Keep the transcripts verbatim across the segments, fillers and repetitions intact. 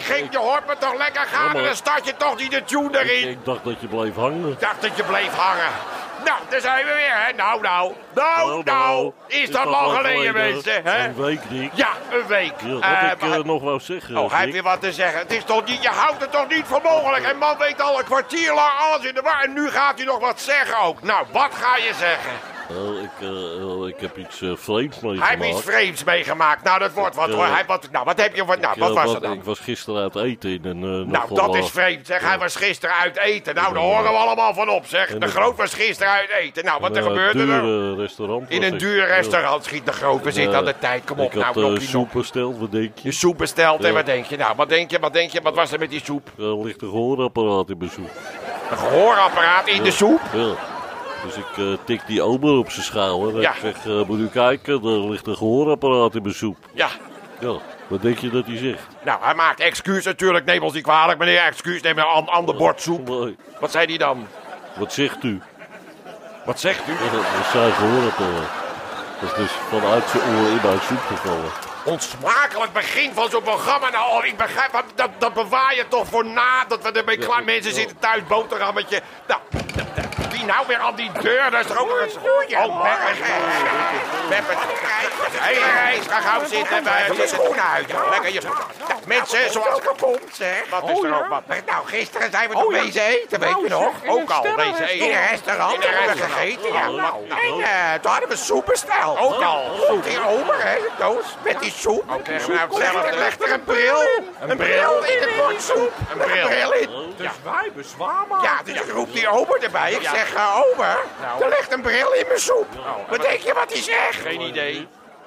ging, je hoort me toch lekker gaan Ja, maar- en dan start je toch niet de tune erin. Ik dacht dat je bleef hangen. Ik dacht dat je bleef hangen. Nou, daar zijn we weer, hè. Nou, nou. Nou, nou. Is dat lang geleden, mensen, hè? Een week, Dick. Ja, een week. Ja, wat Eh, ik uh, maar- nog wou zeggen, Oh, hij heeft Dick. weer wat te zeggen. Het is toch niet, je houdt het toch niet voor mogelijk. En man weet al een kwartier lang alles in de war. En nu gaat hij nog wat zeggen ook. Nou, wat ga je zeggen? Oh, ik, uh, ik heb iets uh, vreemds Hij meegemaakt. heeft iets vreemds meegemaakt. Nou, dat wordt wat Ik, hoor. uh, Hij, wat, nou, wat heb je voor... Nou, Ik, wat uh, was wat- er dan? Ik was gisteren uit eten in een... Uh, Nou, nogal, dat is uh, vreemd, zeg. Hij was gisteren uit eten. Nou, daar Ja. horen we allemaal van op, zeg. En De een- Groot was gisteren uit eten. Nou, wat een, er uh, gebeurde er? duur, uh, restaurant In was een ik. duur Ja. restaurant schiet de Groot. We En, zitten uh, aan de tijd. Kom op, Ik had nou, uh, Blokkie soep nog. besteld, wat denk je? Je soep besteld en Ja. wat denk je? Nou, wat denk je, wat denk je? Wat was er met die soep? Er ligt een gehoorapparaat in mijn soep. Een gehoorapparaat in de soep? Ja. Dus ik uh, tik die ober op zijn schouder. En Ja. ik zeg, uh, moet u kijken, er ligt een gehoorapparaat in mijn soep. Ja. Ja, wat denk je dat hij zegt? Nou, hij maakt excuus natuurlijk. Neem ons niet kwalijk, meneer. Excuus, neem een an- ander bord soep. Nee. Wat zei hij dan? Wat zegt u? Wat zegt u? Ja, dat is zijn gehoorapparaat. Dat is dus vanuit zijn oor in mijn soep gevallen. Onsmakelijk begin van zo'n programma. Nou, oh, ik begrijp, wat- dat, dat bewaar je toch voor na, dat we ermee Ja, klaar... Mensen ja. zitten thuis, boterhammetje. Nou, wie nou weer aan die deur? Dat is toch ook nog eens... Oh, Beppe. Beppe. Hele reis, ga gauw zitten. Zet je schoenen uit. Lekker je schoenen. Nou, mensen, zoals... kapot, zeg. Wat is er ook wat? Nou, gisteren zijn we toch wezen eten, weet je nog? Ook al, deze In een restaurant In een hebben we restaurant. gegeten, ja. Oh, Nou, nou, en eh, toen hadden we soep besteld. Ook al. Soep in ober, hè, de doos, met die soep. krijgen we nou Legt er- hetzelfde. legt er een bril, een bril in het bord soep. Een Met bril. Een bril in. Dus wij bezwaar maken. Ja, dus ik roep die ober erbij. Ik Ja. zeg, eh, ober, Nou. er ligt een bril in mijn soep. Wat denk je wat hij zegt? Geen idee.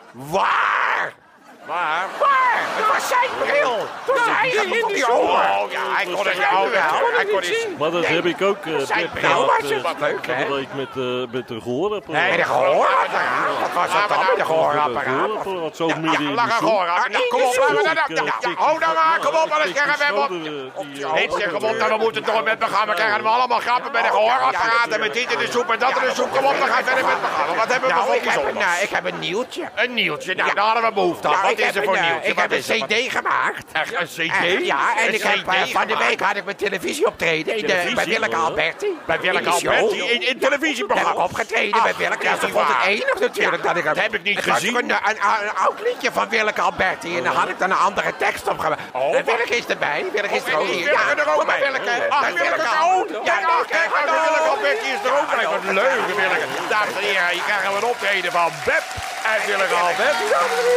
Waar? Maar... Waar? Het was zijn bril. Toen zei hij van die ober. Oh, ja, hij kon het Ja, ook wel. Hij kon het... Maar dat Nee, heb ik ook, uh, zijn Bert, bril gehad, was uh, het. Wat leuk, hè? van de week met, uh, met een gehoorapparaat. Nee, En een gehoorapparaat. Wat was dat dan met een Een gehoorapparaat? gehoorapparaat, zo midden in de Langer soep. gehoor. Nou, kom op, in de laten we soep. dat... Ik, uh, Ja, tik- hou nou maar, kom op, anders tik krijgen we die wat... schouder, uh, die, uh, Niet zeggen, kom op, nou, we moeten toch met me gaan. We krijgen we allemaal grappen met een gehoorapparaat en met dit in de soep en dat in de soep. Kom op, dan gaan we verder met me gaan. Wat hebben we Nou, ik bijvoorbeeld heb, een, zondag? eh, ik heb een nieuwtje. Een nieuwtje, nou, daar hadden we behoefte aan. Nou, Wat ik is heb er voor een, eh, nieuwtje? Ik heb Wat een is er? C D gemaakt. Echt een C D? Echt, ja, en Een ik heb C D eh, van de gemaakt? week had ik mijn televisie optreden in de, bij Televisie? Willeke Alberti. Bij Willeke In de show. Alberti in, in Heb ik televisieprogramma. opgetreden bij Ach, Willeke. is Ja, ze niet vond het waar. enig natuurlijk dat ik dat heb ik niet het was gezien. Een, een, een, een oud liedje van Willeke Alberti en daar had ik dan een andere tekst op gemaakt. Oh. En Willeke is erbij. Willeke is Oh, er en ook is hier. Willeke er ook kom maar, bij? Willeke. Ach, Daar is Willeke al. ook. Ja, Ja, nou, kijk, maar de Willeke Alberti is er ook bij. Wat leuk, Willeke. Dames en heren, hier krijgen we een optreden van Beb en Willeke Alberti.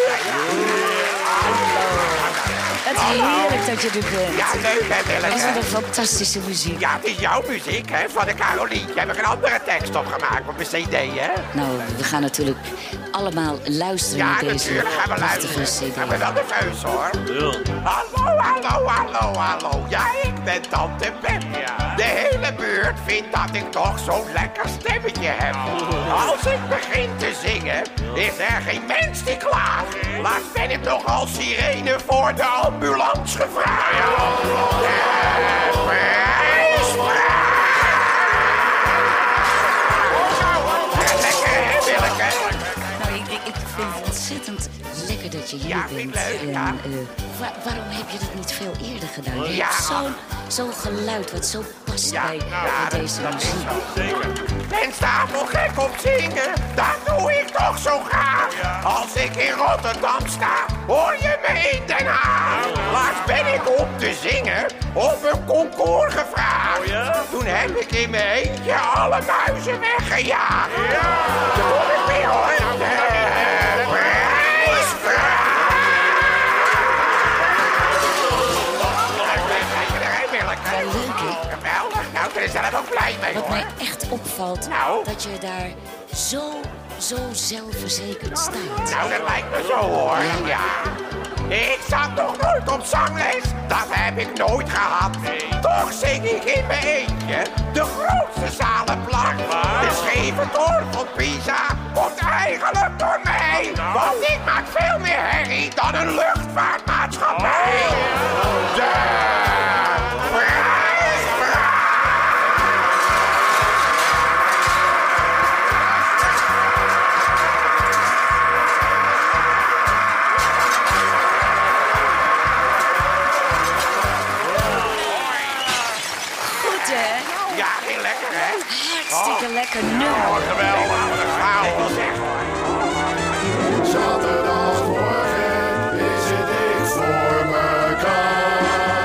Het is heerlijk dat je er bent. Ja, leuk hè, Dat is wat Willeke. een fantastische muziek. Ja, het is jouw muziek, hè, van de Carolientje. Heb ik een andere tekst opgemaakt op mijn C D, hè? Nou, we gaan natuurlijk allemaal luisteren Ja, naar deze natuurlijk gaan we prachtige luisteren. C Ik ben D. wel nerveus, hoor. Ja. Hallo, hallo, hallo, hallo. Ja, ik ben Tante Beb. De hele buurt vindt dat ik toch zo'n lekker stemmetje heb. Als ik begin te zingen, is er geen mens die klaagt. Laatst ben ik nog als sirene voor de ambulance gevraagd. De prijsvraag. Lekker, hè, Willeke? Nou, ik, ik, ik vind het ontzettend lekker dat je hier Ja, bent. vind ik leuk, En, ja. eh, wa- waarom heb je dat niet veel eerder gedaan? Je Ja. hebt zo'n zo'n geluid wat zo past Ja, bij, nou, bij dat- deze dat is muziek. Ben stapelgek op zingen, dat doe ik toch zo graag. Als ik in Rotterdam sta, hoor je me in Den Haag. Laatst ben ik om te zingen op een concours gevraagd. Toen heb ik in mijn eentje alle muizen weggejaagd. Toen kom ik weer hoor. De prijsvraag. Ja, leuk, hè? Geweldig, nou, ik ben er zelf ook blij mee Wat hoor. mij echt opvalt, Nou? dat je daar zo, zo zelfverzekerd staat. Nou, dat lijkt me zo hoor. Ja. Ik zat nog nooit op zangles, dat heb ik nooit gehad. Toch zing ik in mijn eentje de grootste zalenplank. De scheve toren van Pisa komt eigenlijk door mij. Want ik maak veel meer herrie dan een luchtvaartmaatschappij. De prijsvraag. hè? Hartstikke lekker nummer. Oh, geweldig. Wat een chaos, zeg. Zaterdagmorgen is het niks voor mekaar.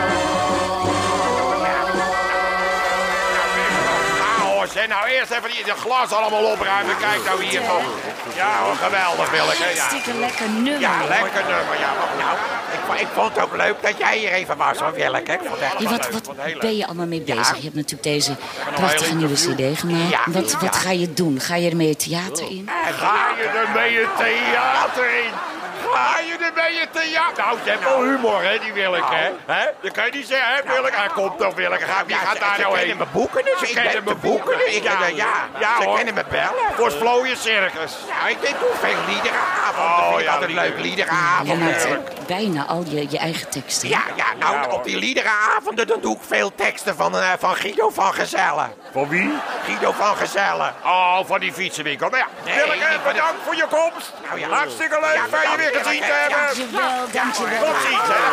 Chaos, hè? Nou, eerst even die, de glas allemaal opruimen. Kijk nou hier toch. Ja, hoor, geweldig, Willeke. Ja. Hartstikke lekker nummer. Ja, lekker nummer. Ja, nou, ik, ik vond het ook leuk dat jij hier even was, hoor, Willeke. Ik vond het echt Hey, wel wat, leuk. Ik wat vond het heel ben leuk. je allemaal mee Ja. bezig? Je hebt natuurlijk deze een prachtige heel nieuwe interview. cd gemaakt. Ja, Wat, ja. wat ga je doen? Ga je ermee het theater in? Ga je ermee het theater in? Ga je ermee het theater? Nou, je hebt wel humor, hè, die Willeke, hè? hè? Dat kan je niet zeggen, hè, Willeke? Hij komt toch, Willeke. Ga, wie gaat daar nou heen? Ze kennen mijn boeken, dus ik ben mijn boeken. Ik, ja, ja, ja, ze kennen me bellen. Voor het Vlooien Circus. Nou, ik denk hoeveel liederenavonden. Oh, ja, altijd leuk, Je liederenavonden. maakt eh, bijna al je, je eigen teksten. Ja, ja, nou, op die liederenavonden dan doe ik veel teksten van, uh, van Guido van Gezellen. Van wie? Guido van Gezellen. Oh, van die fietsenwinkel. Nou ja, Nee, Willeke, niet van de- bedankt voor je komst. Nou ja. Hartstikke leuk, Ja, fijn je weer bedankt, gezien te Willeke. hebben. Dankjewel, dankjewel. Tot ziens, hè.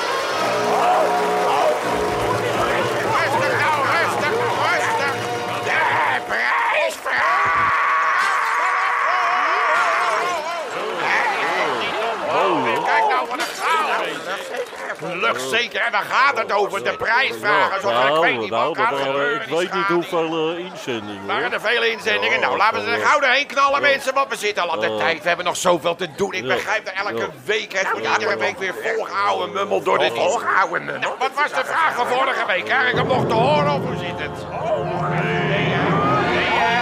Rustig nou, rustig, rustig. De prijsvraag. Kijk nou wat een chaos. Lucht zeker, en waar gaat het over? De prijsvragen. Alsof er, ik weet niet wat nou, gaat dat waren, gebeuren. ik die weet niet schaal. hoeveel uh, inzendingen. Waren hoor. er vele inzendingen? Ja, Nou, laten we er ja. gauw doorheen knallen, mensen, want we zitten al aan de Ja. tijd. We hebben nog zoveel te doen. Ik Ja. begrijp er elke Ja. week. Het wordt iedere week weer volgehouden mummel door dit. Volgehouden me. Nou, wat was de vraag van vorige week? Krijg ik hem nog te horen of hoe zit het? Nee, hè? Nee, hè?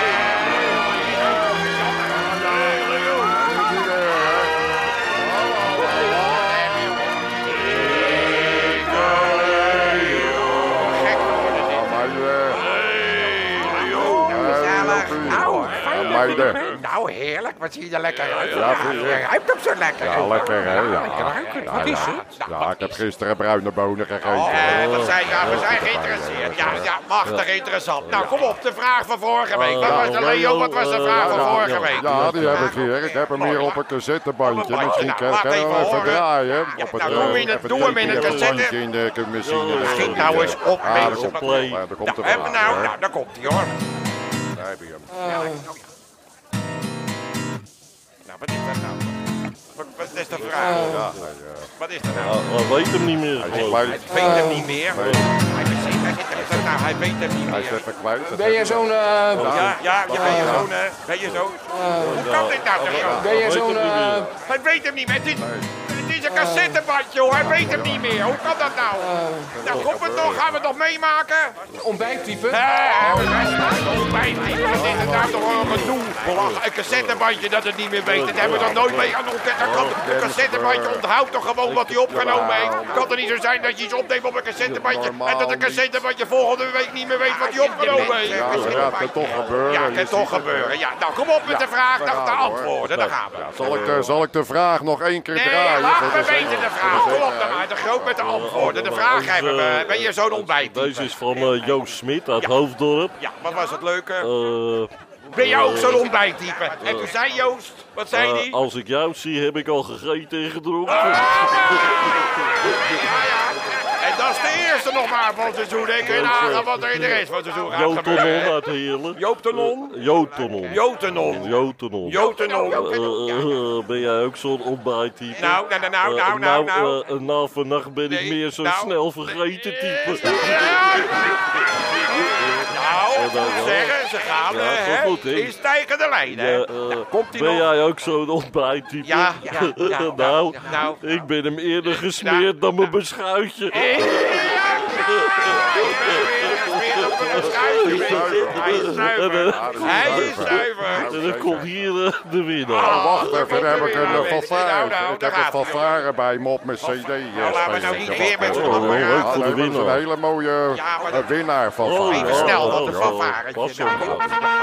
Gek geworden dit. Gezellig. Nou, hoor, fijn dat meiden. je er bent. Nou, heerlijk. Wat zie je er lekker uit. Ja, Ja, vind je? je ruikt ook zo lekker. Ja, lekker hè? Ja. ruiken. Ja, Wat is ja. het? Ja, ik heb gisteren bruine bonen gegeten. Eh, dat zijn, ja, we zijn geïnteresseerd. Ja, ja, machtig interessant. Nou, kom op, de vraag van vorige week. Wat was de Leo, wat was de vraag van vorige week? Ja, die heb ik hier. Ik heb hem hier op een cassettebandje. Misschien kan Laat kan je even hem even horen. draaien. Ja, Op het, nou, eh, doe hem in het- even doe hem in tikken het op cassette. bandje in de machine. Ja, Dan schiet komt nou hij, eens eh, op, Ah, daar mensen. komt Play. hij. Daar komt de Nou, vraag. nou, hoor. nou, daar komt hij hoor. Daar heb je hem. Nou, wat is dat nou? Wat, wat is de vraag? Ja, hij, eh, Wat is dat Ja, nou? hij weet hem niet meer. hij is geloof ik. kwijt. Hij weet hem niet meer. Hij weet, hij, zit er- nou, hij weet hem niet Hij is meer. even kwijt. Ben je zo'n... eh, Ja, ja, je bent je zoon, hè? Ben je zo? Hoe kan dit nou toch, joh? ben je Hij weet zo'n... hem niet eh, meer. Hij weet hem niet meer. Het is, het is een cassettebandje, hoor. Hij weet hem niet meer. Hoe kan dat nou? Nou, komt het nog? Gaan we het nog meemaken? ontbijttype? Hé, ontbijt. Wat is het nou toch wel een gedoe? Een cassettebandje dat het niet meer weet. Dat hebben we nog nooit mee aan Een cassettebandje onthoudt toch gewoon wat hij opgenomen heeft? Kan het niet zo zijn dat je iets opneemt op een cassettebandje en dat een cassettebandje volgende week niet meer weet wat hij opgenomen heeft? Ja, dat kan toch gebeuren. Ja, Je kan toch ziet het. gebeuren. Ja, nou kom op met de vraag, we nou, de gaan, hoor. antwoorden. Daar gaan we. Zal ik, de, zal ik de vraag nog één keer Nee, draaien? laat voor me de weten de zekerheid? vraag. Voor de Kom op dan zekerheid? maar. De groot met de antwoorden. De vraag hebben we. Ben je zo'n ontbijt? Deze is van eh, Joost Smit uit Hoofddorp. Ja, wat was het leuke? Eh, Ben jij ook zo'n ontbijttype? En toen zei Joost, wat zei eh, hij? als ik jou zie, heb ik al gegeten en gedronken. Ja, ja. En dat is de eerste nog maar van het seizoen. Ik kun je nagaan wat er in de rest van het seizoen gaat Joop Tonon gebeuren. uit Heerlen. Joop Tonon? Eh, Joop Tonon. Jotenon. Joop Tonon. Jotenon. Eh, eh, ben jij ook zo'n ontbijttype? Nou, nou, nou, nou, Eh, nou, nou, nou. eh, na vannacht ben ik Nee, meer zo'n nou. snel vergeten type. Nou, dan moet wel. zeggen, ze gaan Ja, eh, zo hè, goed, hè? in stijgende lijnen. hè. Ja, eh, Komt-ie ben nog? jij ook zo'n ontbijttype? Ja, ja, ja, ja, nou, ja, nou. ik ben hem eerder gesmeerd dan mijn beschuitje. Hij is zuiver. Hij is zuiver. En dan komt hier eh, de winnaar. Oh, wacht even, dan heb ik een Nou, uh, nou, fanfare. nou, Ik daar heb een gaat hij, fanfare bij me op mijn cd. Nou, laten we nou niet weer met Oh, z'n allen leuk praten. voor de Dat is een winnaar. hele mooie Ja, maar eh, dat- winnaar van Oh, fanfare. Even ja, snel, oh, wat een ja, fanfaretje. pas Nou, op. kom op.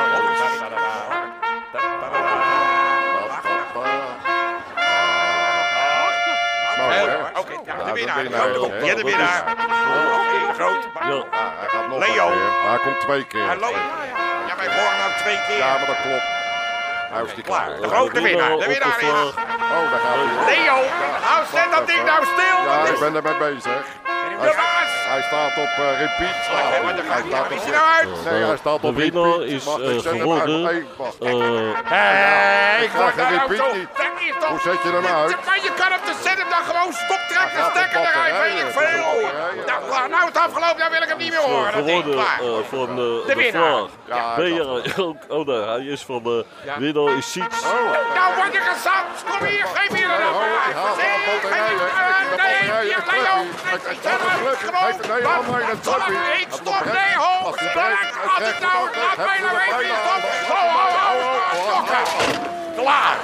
Mooi, Heel hè? goed. Oké, nou, Ja, de winnaar. de De winnaar, grote hè? komt. Ja, de winnaar. Oké, groot. Ja. Ja, hij gaat nog Leo. een keer. Hij komt twee keer. Hallo. Ja, maar ik hoor hem nou twee keer. Ja, maar dat klopt. Hij is die Klaar. klaar. De grote winnaar. De winnaar is... Oh, daar gaat hij. Leo, hou zet dat ding nou stil. Ja, Wat ik is- ben er mee bezig. De baas. Hij staat op uh, repeat. Oké, maar dan Hij gaat staat hij. Is op- hij nou uit? Nee, hij staat De op winnaar repeat. is Wacht, uh, ik zeg het geworden. uit. Hey, wacht. Uh, Hé, ik krijg word geen daar ook repeat zo. niet. Dat is toch... Hoe zet je hem uit? Maar je kan op de zet hem dan gewoon stoptrekken, Hij gaat stekker op eruit, weet ik batterijen. veel. Batterijen. Nou, klaar, nou is het afgelopen, dan wil ik hem niet meer horen. Dat ding, geworden klaar. uh, van uh, De de winnaar. vraag. Ja, Ben hij je ook... Oh nee, hij is van de Ja. winnaar is Siets. Nou word je gezat, kom hier, geef hier een Oh, apparaat. hij haalt Nee, aan batterijen. geef- Hij eh, heeft Nee, een batterij, hier, een Leo. clubje. Hij- hij Zet heeft een hem clubje. gewoon. Hij heeft een hele andere Wat- clubje. wat- Ik Als stop, hij nee, breekt, ho. als hij Zeg, breekt, hij Als krijgt het nou, hem laat ook. mij Hij nou heeft even hem hier bijna stoppen. aan. Ho, ho, ho, ho, stoppen. Klaar.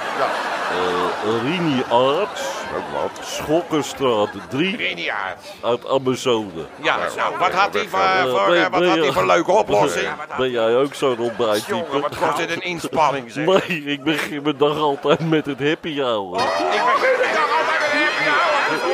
Uh, Rini Arts, Schokkenstraat drie Liniaard. uit Amazone. Ja, nou, wat had hij voor, Eh, voor, ben- eh, wat ben had je- hij voor leuke oplossing? Ben jij ook zo'n ontbijttype? Jongen, wat kost dit een inspanning, zeg. Nee, ik begin mijn dag altijd met het happy hour. Ik begin de dag altijd met een happy hour.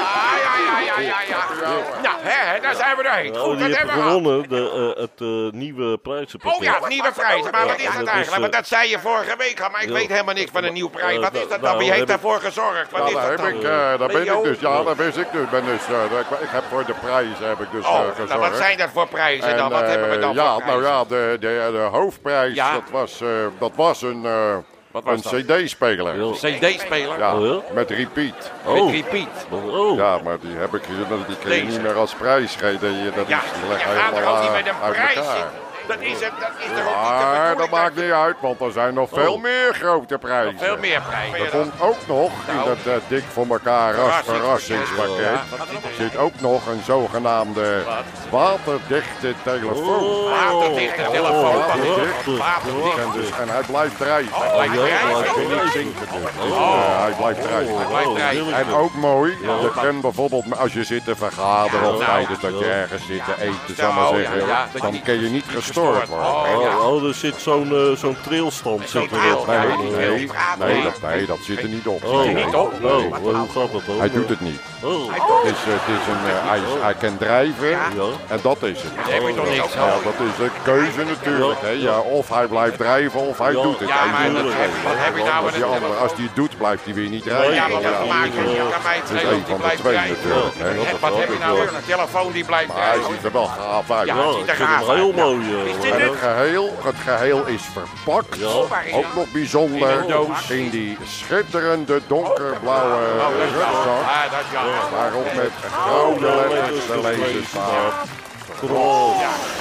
Ja, ja, ja, ja, ja, ja. Nou, hè, daar zijn we doorheen. Nou, Goed, die dat heeft hebben we gehad. gewonnen, de, uh, het uh, nieuwe prijzenpakket. Oh ja, nieuwe prijzen. Maar wat is en dat dat eigenlijk? is, Want uh, dat zei je vorige week al, maar ik ja. weet helemaal niks van een nieuw prijs. Uh, Wat is dat nou, dan? Wie heeft heb ik- daarvoor gezorgd? Wat Ja, is daar, dat heb dan? ik, uh, daar ben Leo? ik dus. Ja, daar wist ik dus. Ben dus uh, ik, ik heb voor de prijs heb ik dus uh, Oh, gezorgd. nou wat zijn dat voor prijzen dan? En, Wat uh, hebben we dan ja, voor prijzen? nou ja, de, de, de hoofdprijs, Ja. dat was, uh, dat was een, uh, Wat was een cd-speler. Ja. C D-speler? Ja, Oh, ja? met repeat. Oh, Met repeat. oh. Ja, maar die heb ik hier, die kun je Deze. niet meer als prijs geven. Dat Ja, is die leggen je gaat er helemaal ook niet uh, met een uit prijs elkaar. zitten. Dat is, het, dat is toch ook niet de Maar bedoeling dat maakt je- niet uit, want er zijn nog veel Oh. meer grote prijzen. Veel meer prijzen. Er komt ook nog in Nou. dat uh, dik voor elkaar ras verrassingspakket zit ook nog een zogenaamde waterdichte telefoon. Oh. Waterdichte telefoon. Oh, Waterdicht. waterdicht. En, dus, en hij blijft drijven. Oh, hij ja, drijft. maar Hij ik wil vind niet het zinken dus. Dus, Oh. uh, hij blijft drijven. Oh, blijft oh, drijven. heerlijk. En ook mooi, Ja. je kunt bijvoorbeeld als je zit te vergaderen of nou, tijdens dat je ja. ergens zit te eten, Ja, zal maar oh, zeggen, ja, ja, dat je dan niet- kun je niet gestoord worden. Oh, ja. Oh, oh, er zit zo'n uh, zo'n trilstand zit trail, erop. Nee, Ja, nee, die nee, wil niet praten, nee, nee. dat, nee, dat zit er niet op. Oh, Nee, niet op? oh, hoe gaat dat dan? Hij doet het niet. Oh, Het is, eh, het is een, eh, hij, is- hij kan drijven ja. en dat is het. Daar heb je toch niks Ja, aan. dat is de keuze natuurlijk. Hè. Ja, of hij blijft drijven of hij Ja. doet het. Ja, Eén maar van de dat- twee. wat heb je nou Want met die een andere, als hij het doet, blijft hij weer niet drijven. Ja, maar Ja, wat ja, maakt het? ja. Je kan mij Het is twee één van de blijft twee drijven. natuurlijk. hè. Hè, Wat heb je nou weer? Een telefoon die blijft Maar hij drijven. ziet er wel gaaf uit. Ja, Ja, het ziet ik er vind hem gaaf uit. heel Ja. mooi. uh, Is dit En hoor. het geheel, het geheel is verpakt, Ja. ook nog bijzonder, In een doos. in die schitterende donkerblauwe rugzak, Ah, dat is jammer. waarop met grote letters te lezen staat. Groot.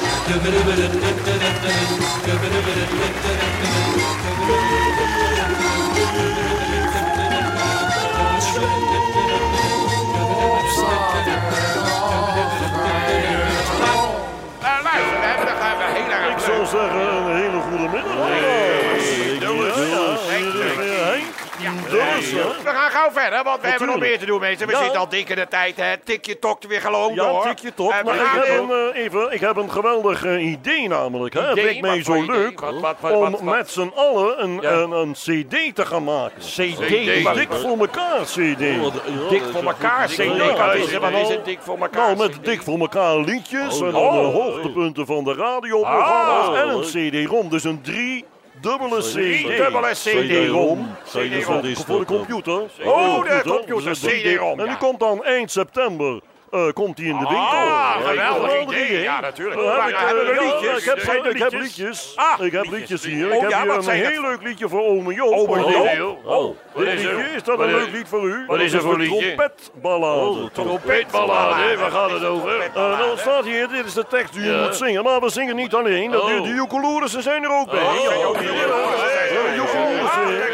Nou, luister, we hebben nog een hele erg Ik zou zeggen, een hele goede middag. Hier is weer Henk. Dulles, hè? We gaan gauw verder, want we hebben nog Natuurlijk. meer te doen, mensen. We Ja. zitten al dik in de tijd, hè. Tikje tokt weer gewoon Ja, door. tikje toch. En we Maar ik gaan heb, doen. een, eh, even, ik heb een geweldig eh, idee namelijk. Hè. Het Idee? lijkt mij Wat zo voor idee? leuk Wat, wat, wat, om wat, wat? met z'n allen een, Ja. een, een cd te gaan maken. C D? Een dik voor elkaar cd. Dik voor elkaar, C D. Ja, Wat is er? Wat is nou, een dik voor elkaar? Nou, met C D? dik voor elkaar liedjes en dan Oh. de hoogtepunten van de radioprogramma's Oh. en een cd-rom. Dus een drie dubbele cd. Dubbele C D-rom. Zeg, wat is Voor de dat dan? computer. Oh, de computer, Dus een drie D. C D-rom, En ja. die komt dan eind september. eh, komt die in de winkel. Ah, Ja, geweldig geweldig idee. idee. Ja, natuurlijk. Dan heb Maar ik, hebben we eh, ja, liedjes? Ik heb, Zijn er ik heb liedjes? liedjes. Ah, ik heb liedjes. liedjes hier. Oh, ik heb ja, hier wat een zijn heel dat? leuk liedje voor ome Joop. Ome Ome Joop. Joop. Oh, Dit is er? liedje, is dat Wat een is- leuk lied voor u? wat is er Dat voor een liedje? trompetballade. Trompetballade, waar gaat het over? Eh, dan staat hier, dit is de tekst die je moet zingen. Maar we zingen niet alleen. Dat, de, de ukulelessen zijn er ook bij. Oh, Ja, ook ja, hier. ja, de ukulelessen. Ja,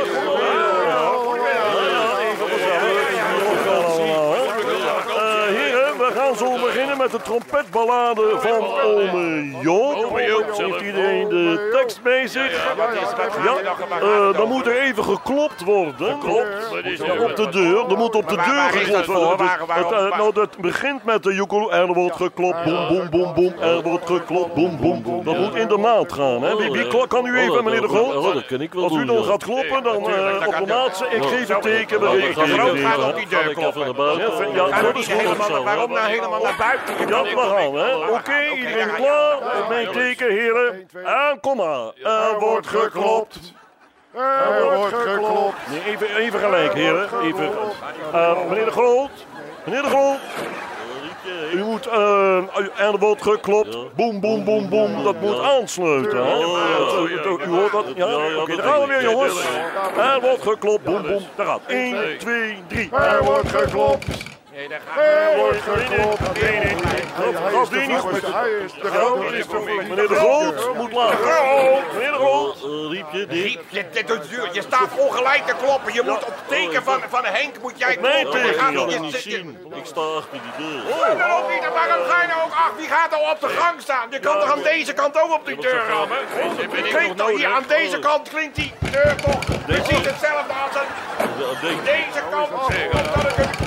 even allemaal, hè. Eh, heren, we gaan zo beginnen met de trompetballade van ome Joop. Heeft iedereen de tekst bij zich? Ja, eh, dan moet er even geklopt worden. Ja, op de deur. Er moet op de Maar deur waar is geklopt dat voor? worden. Waar- waarom- Het, eh, nou, dat begint met de ukulele. Er wordt geklopt, boem, boem, boem, boem. Er wordt geklopt, boem, boem, boem. Dat moet in de maat gaan, hè. Wie, wie klo- kan u even, meneer de Oh, Groot? dat kan ik wel Als u doen, dan ja. gaat kloppen, dan eh, op de maat. Ik geef het teken. Oh, we dan ik ga ik geef Groot het even- gaat teken. op die ga deur ik even naar kloppen. buiten. Ja, ja, Ga dat nou is niet goed helemaal, zo. waarom nou helemaal naar buiten? Ja, we gaan, hè. Oké, iedereen klaar? Op mijn teken, heren. En kom maar. Er wordt geklopt. Er wordt geklopt. Nee, even, even gelijk, heren. Even. Eh, meneer de Groot. Meneer de Groot. U moet moet, uh, en er wordt geklopt. Boem, boem, boem, boem. Dat moet aansluiten. Hè? U hoort dat? Ja, oké, daar gaan we weer, jongens. Er wordt geklopt. Boem, boem. Daar gaat. één, twee, drie. Er wordt geklopt. Er wordt geklopt. Gaat die niet goed? Meneer De Groot moet laten. Meneer De Groot. Riep je dit? Riep je, dit doet duur. Je staat ongelijk te kloppen. Je moet op het teken van, van Henk moet jij Nee, kloppen. tegen. Je gaat Ik kan niet- het niet je- je- zien. Ik sta achter die deur. Hoor dan ook niet, waarom ga je nou ook af? Wie gaat nou op de gang staan? Je kan toch aan deze kant ook op die deur rammen? Klinkt toch hier, aan deze kant klinkt die deur toch precies hetzelfde als aan deze kant. Of dat ik het-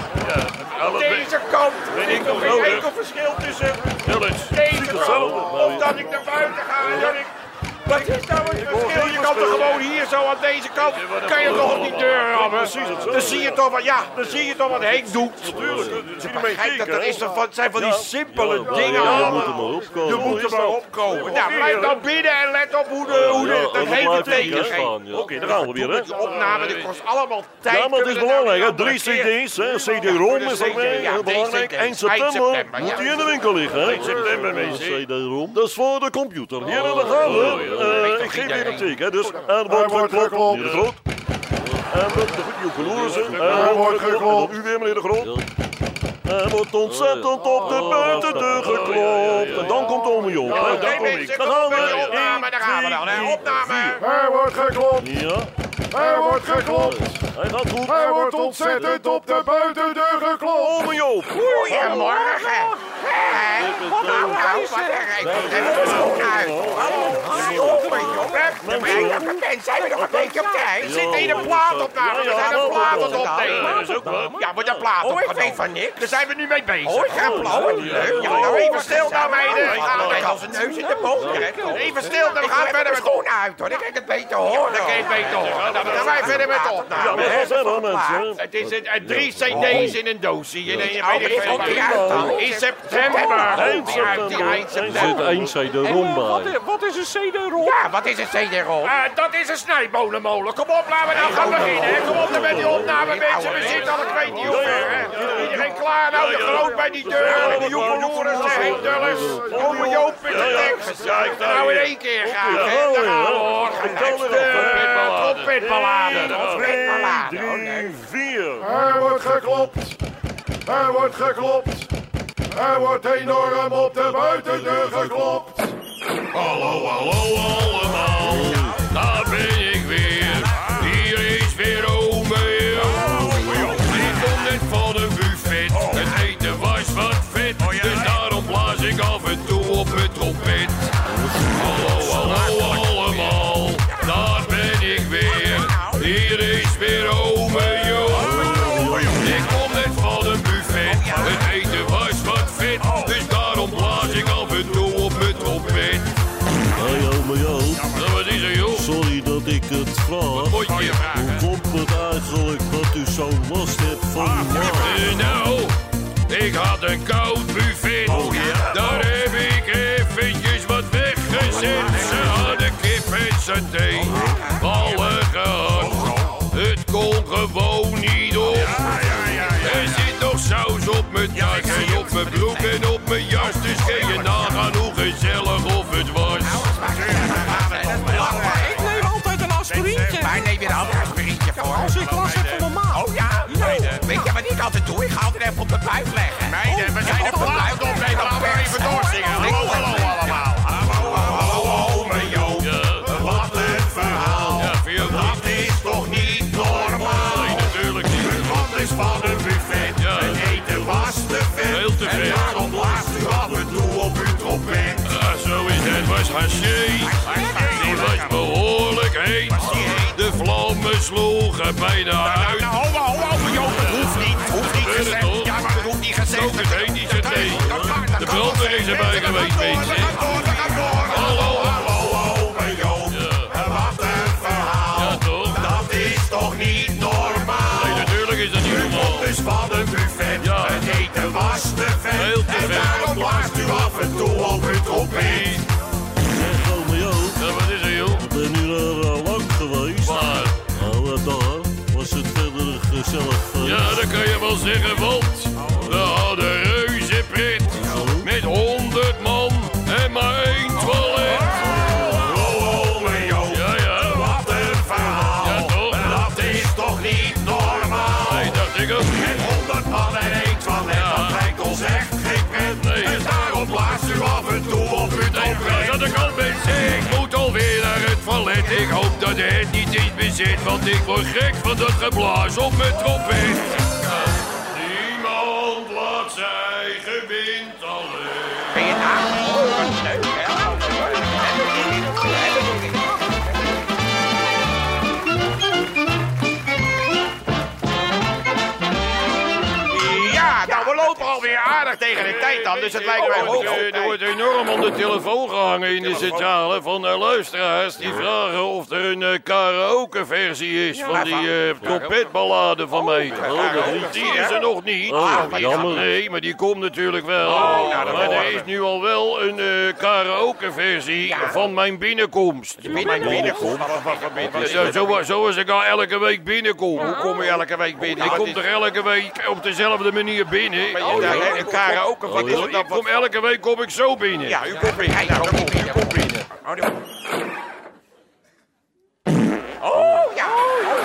Deze kant. Er is toch geen enkel verschil tussen deze kant of dat ik naar buiten ga en dat ik... Wat is nou het verschil? Je kan toch gewoon hier zo aan deze kant, kan je toch op die deur rammen? Dan zie je toch wat, ja, dan zie je toch wat Henk doet. Natuurlijk. Je begrijpt dat er is toch van, het zijn van die simpele dingen Je allemaal. moet er maar opkomen. Je moet er maar opkomen. Nou, blijf dan binnen en let op hoe de, hoe de, Ja, dat dan hele blijf ik teken hier geeft. staan, ja. Oké, daar gaan we weer, hè. Die opname, dit kost allemaal tijd. Ja, maar het is Kunnen we dat nou belangrijk, hè. niet Drie andere keer? cd's, hè. C D-ROM is er mee, Ja, heel drie belangrijk. cd's. Eind september september, moet ja. die in de winkel liggen, hè. september mee, C D-ROM. Dat is voor de computer. Hier, daar gaan we. Eh, ik geef weer een teken, hè. Dus er wordt geklopt. Meneer De Groot. En dat de goed, Joep Verlorensen. Er wordt geklopt. En dan u weer, meneer De Groot. Er wordt ontzettend op de buitendeur geklopt. En dan komt Ome Joop. hè. Dan kom ik. Daar gaan we. Opname, daar gaan we dan, hè. Opname. Er wordt geklopt. Ja, Er wordt geklopt. hij gaat goed. Er wordt ontzettend op de buitendeur geklopt. Ome Joop. Goedemorgen. Hé, nou, nou, wat een rijk. En het is goed uit. Hallo, jongen. Mensen, zijn we nog een beetje op tijd? We zitten in een plaatopname. We zijn een plaat aan het opnemen. Ja, met een plaat op. Ik weet van niks. Daar zijn we nu mee bezig. Hoor, geen blauwe. Ja, nou even stil nou, meiden. Ik ga met als een neus in de boot. Even stil, dan gaan we verder met schoenen uit, hoor. Dan kan ik het beter horen. Dan kan je het beter horen. Dan gaan wij verder met de Ja, opname. we gaan verder, mensen. Het is een, een drie cd's in een doosje. Je neemt Oh, weet ik dit komt veel. niet uit dan. In september. Eind Die uit, die september. eind Er zit september. één C D-ROM bij. Wat is een C D-ROM? Ja, wat is een C D-ROM? Eh, dat is een snijbolenmolen. Kom op, laten we nou gaan beginnen. hè. Kom op dan met die opname, mensen. We zitten al, ik weet niet hoe ver. hè. Iedereen klaar nou, de groot bij die deur. De Joep Loeren, de Henk Dulles. Ome Joop met de tekst. Nou in één keer graag, hè. Daar gaan we hoor. De trompetballade. Twee, drie, vier. Er wordt geklopt. Er wordt geklopt. Er wordt enorm op de buitendeur geklopt. Hallo, hallo allemaal, daar ben ik weer. Hier is weer ome Joop. Ik kom net van een buffet, het eten was wat vet. Dus daarom blaas ik af en toe op mijn trompet. Hallo, hallo allemaal, daar ben ik weer. Hier is weer ome Joop. Ik kom net van een buffet, het eten was wat vet. Dus daarom blaas ik af en toe op mijn trompet. Hey, ome Joop. Nou, wat is er, joh? Sorry dat ik het vraag. Moet je vragen? Hoe komt het eigenlijk dat u zo'n last hebt van uw maag? Eh, nou, ik had een koud buffet. Daar heb ik eventjes wat weggezet. Ze hadden kip en saté, ballen gehad. Het kon gewoon niet op. Er zit nog saus op mijn tas en op mijn broek en op mijn jas. Dus kun je nagaan hoe gezellig of het was. Ik neem altijd een aspirintje. Waar neem je een ander aspirintje voor? Als ik last heb van mijn maag. Oh ja? Weet je wat ik altijd doe? Ik ga altijd even op de buik leggen. Meiden, we zijn er voor buik opnemen. Laten we even doorzingen. Hallo, hallo allemaal. Hallo, hallo, ome Joop. Wat een verhaal. Ja, vind je ook niet? Dat is toch niet normaal? Nee, natuurlijk niet. Wat is van een buffet? Ja. Het eten was te vet. Heel te En vet. daarom blaast u af en toe op uw trompet. Ah, zo is het. Was haché. Die was behoorlijk heet. De vlammen sloegen bijna uit. Nou, ho, ho, ho, Joop, het hoeft niet, het hoeft niet Weet het gezegd. toch? Ja, maar het hoeft niet gezegd. Ook het heet niet zit nee. De brandweer is erbij geweest, mensen. We gaan door, we gaan door. Hallo. hallo, ome Joop. Ja. Wat een verhaal. Ja, toch? Dat is toch niet normaal? Nee, natuurlijk is dat niet U normaal. komt dus van een buffet. Ja. Het eten was te vet. Heel te En vet. daarom blaast u af en toe op uw trompet. Zeg, ome Joop. Ja, wat is er, joh? Ik ben nu er uh, lang geweest. Maar, Nou, uh, daar was het verder gezellig. Uh, ja, dat kan je wel zeggen, want we hadden reuze pret. zit, want ik word gek van dat geblaas op mijn trompet. Niemand laat zijn gewind alleen. Ben je nou? Oh, wat leuk, hè? Ja, nou, we lopen alweer aardig tegen de tijd dan, dus het lijkt mij hoog. Eh, Er wordt enorm om de telefoon gehangen in de centrale van uh, luisteraars die vragen of er een uh, karaoke-versie is van die uh, trompetballade van mij. Die is er nog niet. Oh, jammer. Nee, maar die komt natuurlijk wel. Maar er is nu al wel een uh, karaoke-versie van mijn binnenkomst. Mijn binnenkomst? Ja, zo, zoals ik al elke week binnenkom. Hoe kom je elke week binnen? Ik Wat kom is- toch elke week op dezelfde manier binnen? Maar je- daar- Een karaoke, wat is het dan? Ik kom elke week kom ik zo binnen. Ja, u komt binnen. Nou, dan komt u komt binnen. Oh, ja. Oh, ja.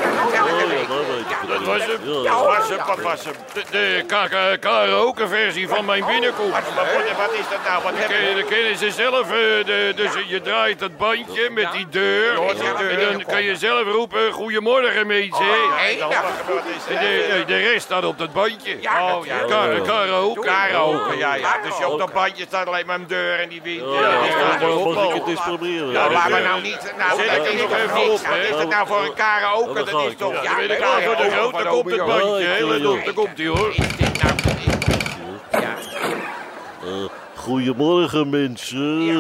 Dat was hem. Wat Ja, was hem? Wat was hem? De, de ka- ka- karaoke-versie van mijn binnenkomst. Wat, wat, wat is dat nou? Wat Dan hebben ken- we? dan kennen ze zelf, eh, de, dus je draait het bandje met die deur. En dan kan je zelf roepen, goedemorgen mensen. Nee, nou, wat wat is En dat? de, de rest staat op dat bandje. Oh, ja. Ka- Karaoke. Karaoke, ja, ja. Dus je op dat bandje staat alleen maar een deur en die wind. Ja, Ja, die staat maar erop. mag ik het eens proberen? Nou, laat maar eh, nou niet. Nou, zet dat het is nog toch even niks. op, Wat hè? is dat nou voor een karaoke? Oh, dat Dat ga is ik. toch... Ja, Ja, dan ben ik nee, klaar voor de ja, groot, van dan komt het Omeo. bandje. Ja, ik, Heel eh, goed, daar komt hij hoor. Is dit nou... Ja. Eh, goedemorgen mensen. Ja,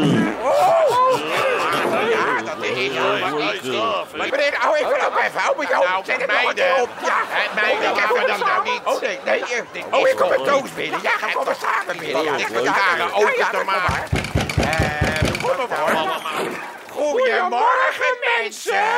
dat is het. Ja, leuk, eh. Maar meneer, hou even op, even. Hou me jou. Nou, Zet het nog een meiden. keer op. Ja, Eh, meiden, ik heb laten we het dat nou samen. niet. Oh, nee, nee. eh, Dit Oh, is ik kom toch met Toos binnen. Ja, gaan we samen binnen. Ja, Dit ja, is ja, karaoke ja, te ja, maken. Eh, kom maar hoor. Goedemorgen, mensen.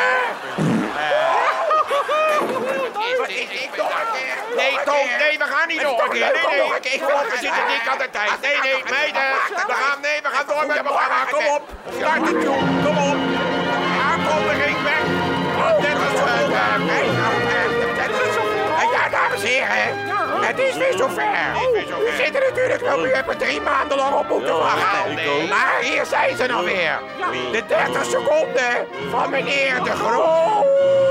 Wat is dit nog een keer? Nee, Toon, nee, we gaan niet nog een keer. Nee, nee. Kom op, we zitten dik aan de tijd. Nee, nee, meiden. We gaan, nee, we gaan door met het programma. Kom op. Start het toe. Kom op. Aankondiging weg. Dit is het. Ja, dames en heren. Het is weer zover. We zitten natuurlijk nog nu even drie maanden lang op moeten Ja, wachten. ik ook. Maar hier zijn ze nog weer. De dertig seconden van meneer De Groot.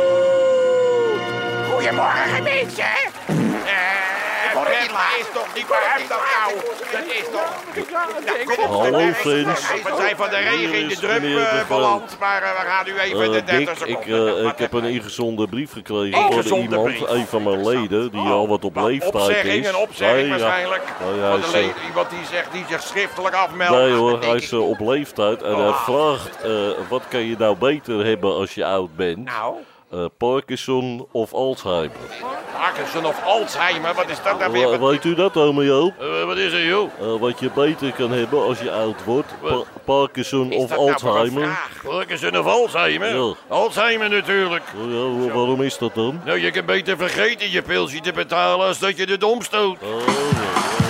Goedemorgen, mensen. Eh, hoor het Pep, niet laat. is toch niet waar hem dat nou? Dat is toch... Hallo Frans. We zijn van de regen in de Hier drup is meneer De eh, Groot. beland, maar eh, we gaan nu even Eh, de dertig Dick, ik, seconden. eh, ik heb een ingezonden brief gekregen van Ingezonde iemand, brief? een van mijn leden, die al wat op leeftijd Opzegging, is. een opzegging Nee, ja. waarschijnlijk. Nou ja, Van hij de is, le- eh, iemand die, zegt, die zich schriftelijk afmeldt. Nee hoor, Dat hij denk is ik. eh, op leeftijd en hij vraagt, eh, wat kan je nou beter hebben als je oud bent? Nou, Eh, Parkinson of Alzheimer? Parkinson of Alzheimer, wat is dat nou weer? Wa- weet u dat, ome Joop? Eh, wat is er joh? Eh, wat je beter kan hebben als je oud wordt? Pa- Parkinson Is of dat nou voor een Alzheimer? vraag? Parkinson of Alzheimer? Ja. Alzheimer natuurlijk. Oh ja, wa- waarom is dat dan? Nou, je kan beter vergeten je pilsje te betalen als dat je de dom stoot. Oh, ja, ja.